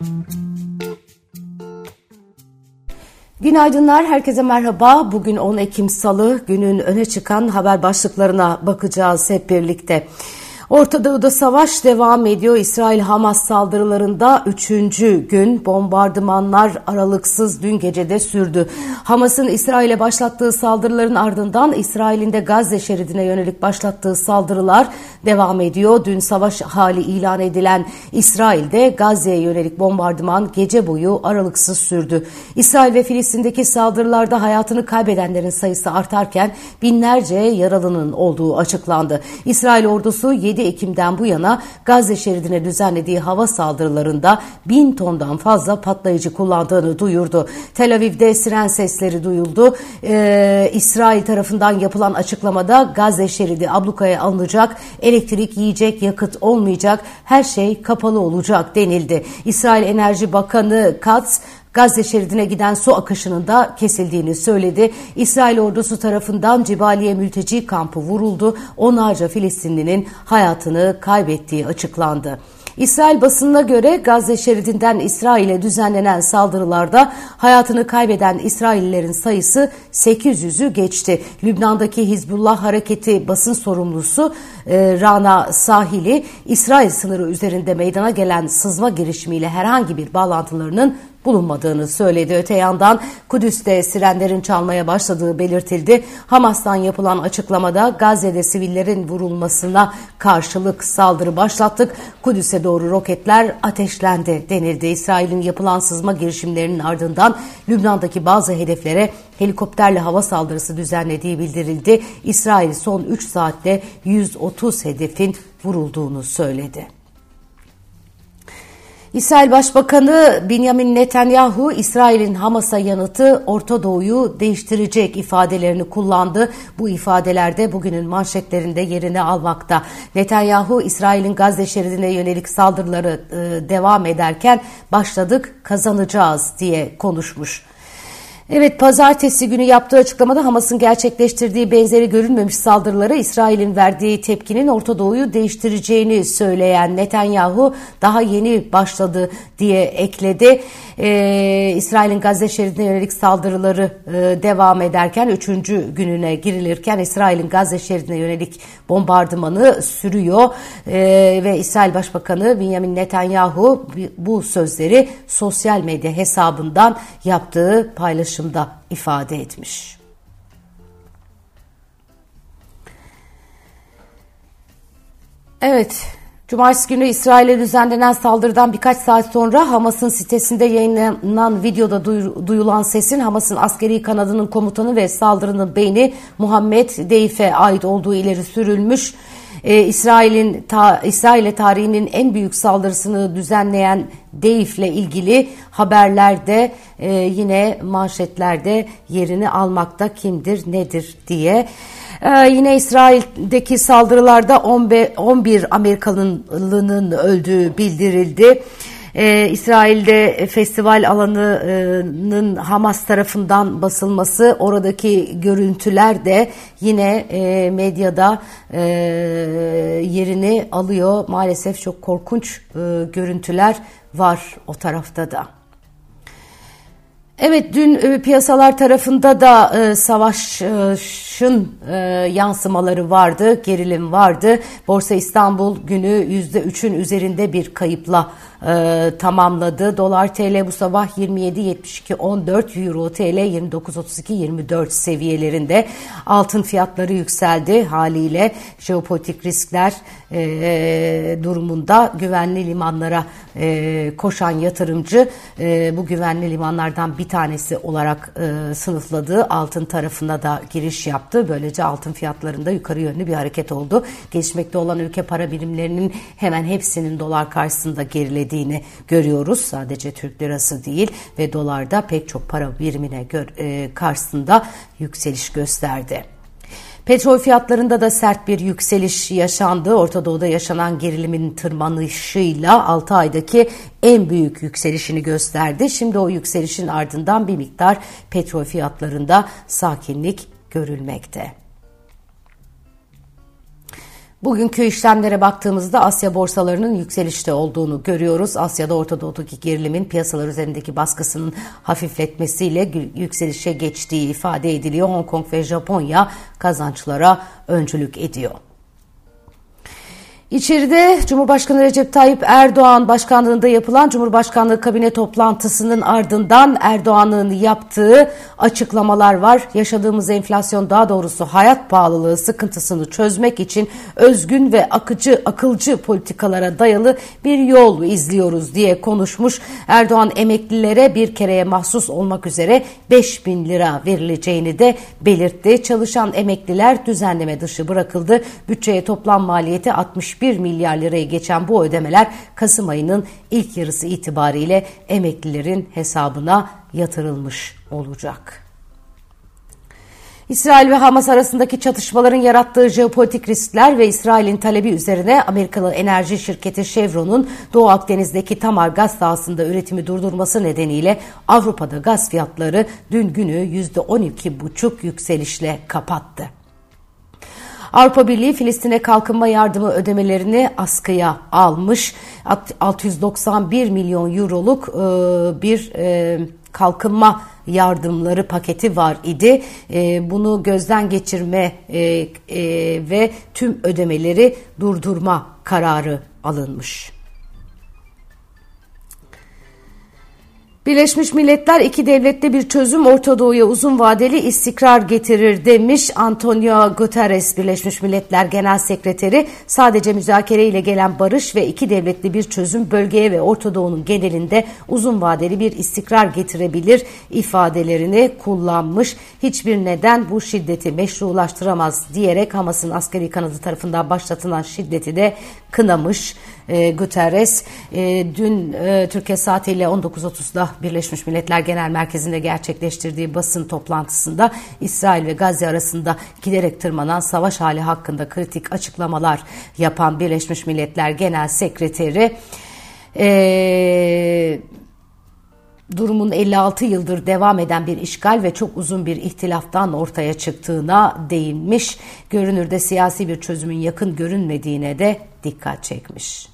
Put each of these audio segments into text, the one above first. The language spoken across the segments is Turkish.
Günaydınlar, herkese merhaba. Bugün 10 Ekim Salı, günün öne çıkan haber başlıklarına bakacağız hep birlikte. Orta Doğu'da savaş devam ediyor. İsrail-Hamas saldırılarında 3. gün bombardımanlar aralıksız dün gece de sürdü. Hamas'ın İsrail'e başlattığı saldırıların ardından İsrail'in de Gazze şeridine yönelik başlattığı saldırılar devam ediyor. Dün savaş hali ilan edilen İsrail'de Gazze'ye yönelik bombardıman gece boyu aralıksız sürdü. İsrail ve Filistin'deki saldırılarda hayatını kaybedenlerin sayısı artarken binlerce yaralının olduğu açıklandı. İsrail ordusu 7 Ekim'den bu yana Gazze şeridine düzenlediği hava saldırılarında 1000 tondan fazla patlayıcı kullandığını duyurdu. Tel Aviv'de siren sesleri duyuldu. İsrail tarafından yapılan açıklamada Gazze şeridi ablukaya alınacak, elektrik, yiyecek, yakıt olmayacak, her şey kapalı olacak denildi. İsrail Enerji Bakanı Katz, Gazze şeridine giden su akışının da kesildiğini söyledi. İsrail ordusu tarafından Cibaliye mülteci kampı vuruldu. Onlarca Filistinlinin hayatını kaybettiği açıklandı. İsrail basınına göre Gazze şeridinden İsrail'e düzenlenen saldırılarda hayatını kaybeden İsraillilerin sayısı 800'ü geçti. Lübnan'daki Hizbullah hareketi basın sorumlusu Rana Sahili, İsrail sınırı üzerinde meydana gelen sızma girişimiyle herhangi bir bağlantılarının bulunmadığını söyledi. Öte yandan Kudüs'te sirenlerin çalmaya başladığı belirtildi. Hamas'tan yapılan açıklamada Gazze'de sivillerin vurulmasına karşılık saldırı başlattık. Kudüs'e doğru roketler ateşlendi denildi. İsrail'in yapılan sızma girişimlerinin ardından Lübnan'daki bazı hedeflere helikopterle hava saldırısı düzenlediği bildirildi. İsrail son 3 saatte 130 hedefin vurulduğunu söyledi. İsrail Başbakanı Benjamin Netanyahu, İsrail'in Hamas'a yanıtı Orta Doğu'yu değiştirecek ifadelerini kullandı. Bu ifadelerde bugünün manşetlerinde yerini almakta. Netanyahu, İsrail'in Gazze şeridine yönelik saldırıları devam ederken başladık, kazanacağız diye konuşmuş. Evet, pazartesi günü yaptığı açıklamada Hamas'ın gerçekleştirdiği benzeri görülmemiş saldırılara İsrail'in verdiği tepkinin Orta Doğu'yu değiştireceğini söyleyen Netanyahu daha yeni başladı diye ekledi. İsrail'in Gazze şeridine yönelik saldırıları devam ederken 3. gününe girilirken İsrail'in Gazze şeridine yönelik bombardımanı sürüyor ve İsrail Başbakanı Benjamin Netanyahu bu sözleri sosyal medya hesabından yaptığı paylaşımda ifade etmiş. Evet, Cumartesi günü İsrail'e düzenlenen saldırıdan birkaç saat sonra Hamas'ın sitesinde yayınlanan videoda duyulan sesin Hamas'ın askeri kanadının komutanı ve saldırının beyni Muhammed Deif'e ait olduğu ileri sürülmüş. İsrail'e tarihinin en büyük saldırısını düzenleyen Deif'le ilgili haberlerde yine manşetlerde yerini almakta, kimdir nedir diye. Yine İsrail'deki saldırılarda 11 Amerikalının öldüğü bildirildi. İsrail'de festival alanının Hamas tarafından basılması, oradaki görüntüler de yine medyada yerini alıyor. Maalesef çok korkunç görüntüler var o tarafta da. Evet, dün piyasalar tarafında da savaşın yansımaları vardı, gerilim vardı. Borsa İstanbul günü %3'ün üzerinde bir kayıpla tamamladı. Dolar TL bu sabah 27.72.14, Euro TL 29.32.24 seviyelerinde. Altın fiyatları yükseldi haliyle. Jeopolitik riskler durumunda güvenli limanlara koşan yatırımcı bu güvenli limanlardan bir tanesi olarak sınıfladığı altın tarafına da giriş yaptı. Böylece altın fiyatlarında yukarı yönlü bir hareket oldu. Gelişmekte olan ülke para birimlerinin hemen hepsinin dolar karşısında gerilediğini görüyoruz. Sadece Türk lirası değil ve dolarda pek çok para birimine karşısında yükseliş gösterdi. Petrol fiyatlarında da sert bir yükseliş yaşandı. Orta Doğu'da yaşanan gerilimin tırmanışıyla 6 aydaki en büyük yükselişini gösterdi. Şimdi o yükselişin ardından bir miktar petrol fiyatlarında sakinlik görülmekte. Bugünkü işlemlere baktığımızda Asya borsalarının yükselişte olduğunu görüyoruz. Asya'da Orta Doğu'daki gerilimin piyasalar üzerindeki baskısının hafifletmesiyle yükselişe geçtiği ifade ediliyor. Hong Kong ve Japonya kazançlara öncülük ediyor. İçeride Cumhurbaşkanı Recep Tayyip Erdoğan başkanlığında yapılan Cumhurbaşkanlığı kabine toplantısının ardından Erdoğan'ın yaptığı açıklamalar var. Yaşadığımız enflasyon, daha doğrusu hayat pahalılığı sıkıntısını çözmek için özgün ve akılcı politikalara dayalı bir yol izliyoruz diye konuşmuş. Erdoğan emeklilere bir kereye mahsus olmak üzere 5.000 lira verileceğini de belirtti. Çalışan emekliler düzenleme dışı bırakıldı. Bütçeye toplam maliyeti 61 milyar liraya geçen bu ödemeler Kasım ayının ilk yarısı itibariyle emeklilerin hesabına yatırılmış olacak. İsrail ve Hamas arasındaki çatışmaların yarattığı jeopolitik riskler ve İsrail'in talebi üzerine Amerikalı enerji şirketi Chevron'un Doğu Akdeniz'deki Tamar gaz sahasında üretimi durdurması nedeniyle Avrupa'da gaz fiyatları dün günü %12,5 yükselişle kapattı. Avrupa Birliği Filistin'e kalkınma yardımı ödemelerini askıya almış. 691 milyon euroluk bir kalkınma yardımları paketi var idi. Bunu gözden geçirme ve tüm ödemeleri durdurma kararı alınmış. Birleşmiş Milletler iki devletli bir çözüm Orta Doğu'ya uzun vadeli istikrar getirir demiş. Antonio Guterres, Birleşmiş Milletler Genel Sekreteri, sadece müzakereyle gelen barış ve iki devletli bir çözüm bölgeye ve Orta Doğu'nun genelinde uzun vadeli bir istikrar getirebilir ifadelerini kullanmış. Hiçbir neden bu şiddeti meşrulaştıramaz diyerek Hamas'ın askeri kanadı tarafından başlatılan şiddeti de kınamış. Guterres dün Türkiye saatiyle 19.30'da Birleşmiş Milletler Genel Merkezi'nde gerçekleştirdiği basın toplantısında İsrail ve Gazze arasında giderek tırmanan savaş hali hakkında kritik açıklamalar yapan Birleşmiş Milletler Genel Sekreteri durumun 56 yıldır devam eden bir işgal ve çok uzun bir ihtilaftan ortaya çıktığına değinmiş. Görünürde siyasi bir çözümün yakın görünmediğine de dikkat çekmiş.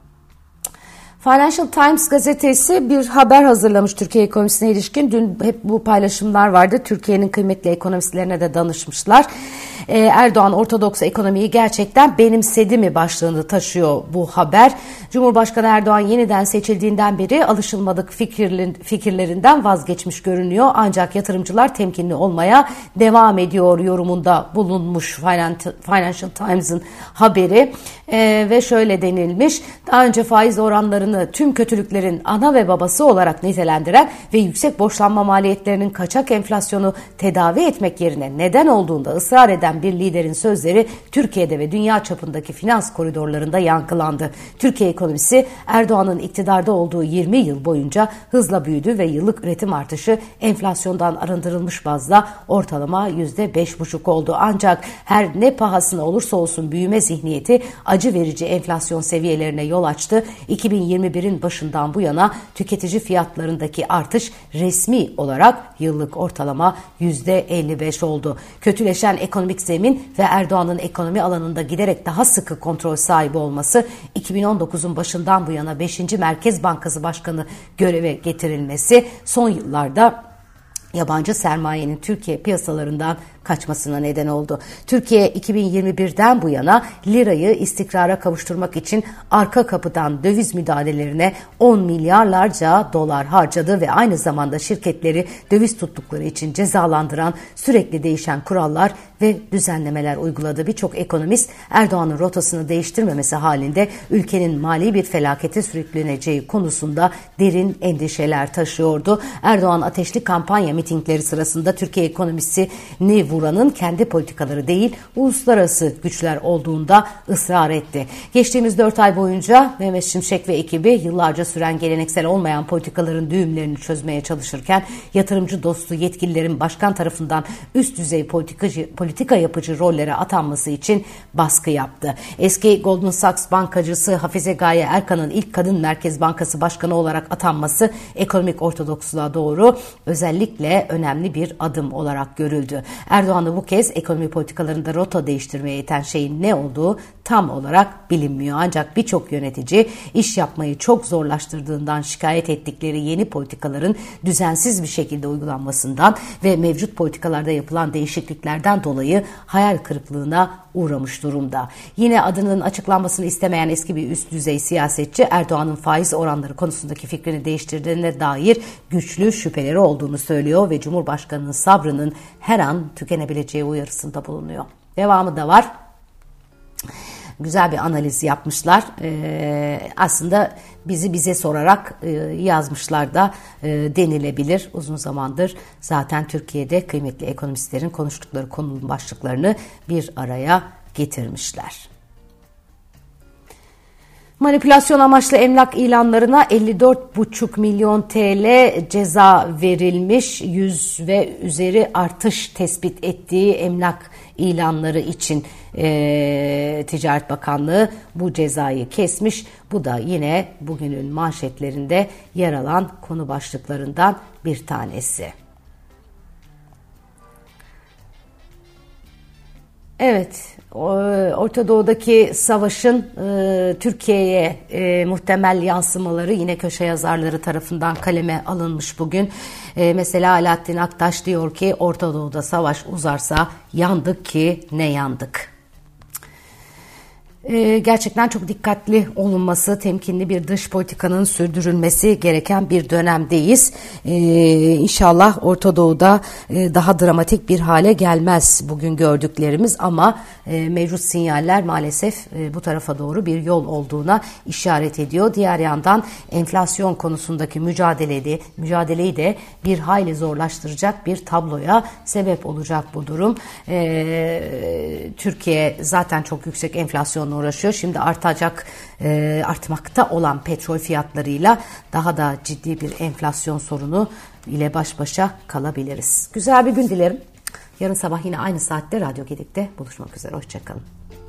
Financial Times gazetesi bir haber hazırlamış Türkiye ekonomisine ilişkin. Dün hep bu paylaşımlar vardı. Türkiye'nin kıymetli ekonomistlerine de danışmışlar. Erdoğan Ortodoks ekonomiyi gerçekten benimsedi mi başlığını taşıyor bu haber. Cumhurbaşkanı Erdoğan yeniden seçildiğinden beri alışılmadık fikirlerinden vazgeçmiş görünüyor. Ancak yatırımcılar temkinli olmaya devam ediyor yorumunda bulunmuş Financial Times'ın haberi. Ve şöyle denilmiş: daha önce faiz oranlarını tüm kötülüklerin ana ve babası olarak nitelendiren ve yüksek borçlanma maliyetlerinin kaçak enflasyonu tedavi etmek yerine neden olduğunda ısrar eden bir liderin sözleri Türkiye'de ve dünya çapındaki finans koridorlarında yankılandı. Türkiye ekonomisi Erdoğan'ın iktidarda olduğu 20 yıl boyunca hızla büyüdü ve yıllık üretim artışı enflasyondan arındırılmış bazda ortalama %5,5 oldu. Ancak her ne pahasına olursa olsun büyüme zihniyeti acı verici enflasyon seviyelerine yol açtı. 2021'in başından bu yana tüketici fiyatlarındaki artış resmi olarak yıllık ortalama %55 oldu. Kötüleşen ekonomik zemin ve Erdoğan'ın ekonomi alanında giderek daha sıkı kontrol sahibi olması, 2019'un başından bu yana 5. Merkez Bankası Başkanı göreve getirilmesi, son yıllarda yabancı sermayenin Türkiye piyasalarından kaçmasına neden oldu. Türkiye 2021'den bu yana lirayı istikrara kavuşturmak için arka kapıdan döviz müdahalelerine 10 milyarlarca dolar harcadı ve aynı zamanda şirketleri döviz tuttukları için cezalandıran sürekli değişen kurallar ve düzenlemeler uyguladı. Birçok ekonomist Erdoğan'ın rotasını değiştirmemesi halinde ülkenin mali bir felakete sürükleneceği konusunda derin endişeler taşıyordu. Erdoğan ateşli kampanya mitingleri sırasında Türkiye ekonomisini vuranın kendi politikaları değil, uluslararası güçler olduğunda ısrar etti. Geçtiğimiz 4 ay boyunca Mehmet Şimşek ve ekibi yıllarca süren geleneksel olmayan politikaların düğümlerini çözmeye çalışırken yatırımcı dostu yetkililerin başkan tarafından üst düzey politika yapıcı rollere atanması için baskı yaptı. Eski Goldman Sachs bankacısı Hafize Gaye Erkan'ın ilk kadın Merkez Bankası Başkanı olarak atanması ekonomik ortodoksluğa doğru özellikle önemli bir adım olarak görüldü. Erdoğan'ı bu kez ekonomi politikalarında rota değiştirmeye iten şeyin ne olduğu tam olarak bilinmiyor. Ancak birçok yönetici iş yapmayı çok zorlaştırdığından şikayet ettikleri yeni politikaların düzensiz bir şekilde uygulanmasından ve mevcut politikalarda yapılan değişikliklerden dolayı hayal kırıklığına uğramış durumda. Yine adının açıklanmasını istemeyen eski bir üst düzey siyasetçi Erdoğan'ın faiz oranları konusundaki fikrini değiştirdiğine dair güçlü şüpheleri olduğunu söylüyor ve Cumhurbaşkanı'nın sabrının her an tükenebileceği uyarısında bulunuyor. Devamı da var. Güzel bir analiz yapmışlar. Aslında bize sorarak yazmışlar da denilebilir. Uzun zamandır zaten Türkiye'de kıymetli ekonomistlerin konuştukları konunun başlıklarını bir araya getirmişler. Manipülasyon amaçlı emlak ilanlarına 54,5 milyon TL ceza verilmiş. 100 ve üzeri artış tespit ettiği emlak ilanları için Ticaret Bakanlığı bu cezayı kesmiş. Bu da yine bugünün manşetlerinde yer alan konu başlıklarından bir tanesi. Evet, Orta Doğu'daki savaşın Türkiye'ye muhtemel yansımaları yine köşe yazarları tarafından kaleme alınmış bugün. Mesela Alaaddin Aktaş diyor ki Orta Doğu'da savaş uzarsa yandık ki ne yandık. Gerçekten çok dikkatli olunması, temkinli bir dış politikanın sürdürülmesi gereken bir dönemdeyiz. İnşallah Orta Doğu'da daha dramatik bir hale gelmez bugün gördüklerimiz ama mevcut sinyaller maalesef bu tarafa doğru bir yol olduğuna işaret ediyor. Diğer yandan enflasyon konusundaki mücadeleyi de bir hayli zorlaştıracak bir tabloya sebep olacak bu durum. Türkiye zaten çok yüksek enflasyonla uğraşıyor. Şimdi artmakta olan petrol fiyatlarıyla daha da ciddi bir enflasyon sorunu ile baş başa kalabiliriz. Güzel bir gün dilerim. Yarın sabah yine aynı saatte Radyo Gedik'te buluşmak üzere. Hoşçakalın.